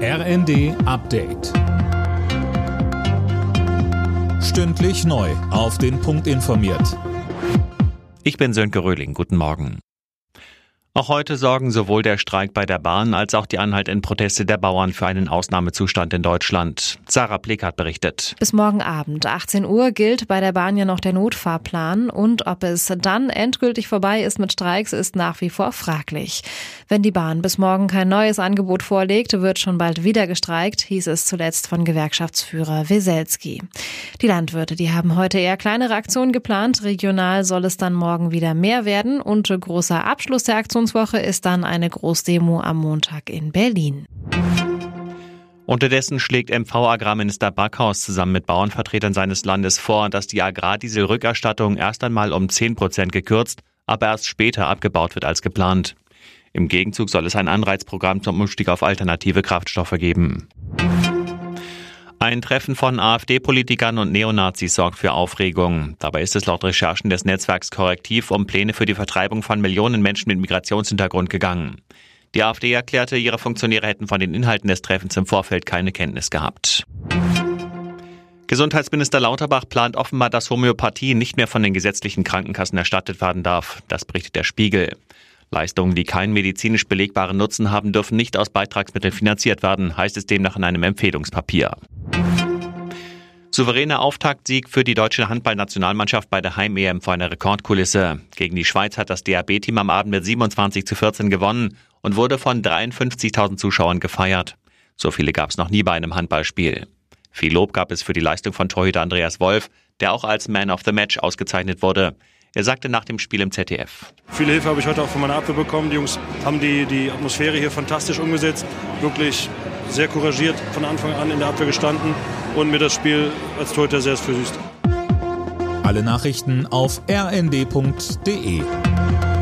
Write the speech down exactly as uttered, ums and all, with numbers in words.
R N D Update. Stündlich neu auf den Punkt informiert. Ich bin Sönke Röhling. Guten Morgen. Auch heute sorgen sowohl der Streik bei der Bahn als auch die anhaltenden Proteste der Bauern für einen Ausnahmezustand in Deutschland. Sarah Plick hat berichtet. Bis morgen Abend, achtzehn Uhr, gilt bei der Bahn ja noch der Notfahrplan. Und ob es dann endgültig vorbei ist mit Streiks, ist nach wie vor fraglich. Wenn die Bahn bis morgen kein neues Angebot vorlegt, wird schon bald wieder gestreikt, hieß es zuletzt von Gewerkschaftsführer Weselski. Die Landwirte, die haben heute eher kleinere Aktionen geplant. Regional soll es dann morgen wieder mehr werden. Und großer Abschluss der Aktionswoche ist dann eine Großdemo am Montag in Berlin. Unterdessen schlägt M V-Agrarminister Backhaus zusammen mit Bauernvertretern seines Landes vor, dass die Agrardieselrückerstattung erst einmal um zehn Prozent gekürzt, aber erst später abgebaut wird als geplant. Im Gegenzug soll es ein Anreizprogramm zum Umstieg auf alternative Kraftstoffe geben. Ein Treffen von AfD-Politikern und Neonazis sorgt für Aufregung. Dabei ist es laut Recherchen des Netzwerks Korrektiv um Pläne für die Vertreibung von Millionen Menschen mit Migrationshintergrund gegangen. Die AfD erklärte, ihre Funktionäre hätten von den Inhalten des Treffens im Vorfeld keine Kenntnis gehabt. Gesundheitsminister Lauterbach plant offenbar, dass Homöopathie nicht mehr von den gesetzlichen Krankenkassen erstattet werden darf. Das berichtet der Spiegel. Leistungen, die keinen medizinisch belegbaren Nutzen haben, dürfen nicht aus Beitragsmitteln finanziert werden, heißt es demnach in einem Empfehlungspapier. Souveräner Auftaktsieg für die deutsche Handballnationalmannschaft bei der Heim-E M vor einer Rekordkulisse. Gegen die Schweiz hat das D A B-Team am Abend mit siebenundzwanzig zu vierzehn gewonnen und wurde von dreiundfünfzigtausend Zuschauern gefeiert. So viele gab es noch nie bei einem Handballspiel. Viel Lob gab es für die Leistung von Torhüter Andreas Wolf, der auch als Man of the Match ausgezeichnet wurde. Er sagte nach dem Spiel im Z D F: Viel Hilfe habe ich heute auch von meiner Abwehr bekommen. Die Jungs haben die, die Atmosphäre hier fantastisch umgesetzt. Wirklich sehr couragiert von Anfang an in der Abwehr gestanden und mir das Spiel als Torhüter sehr versüßt. Alle Nachrichten auf r n d punkt d e.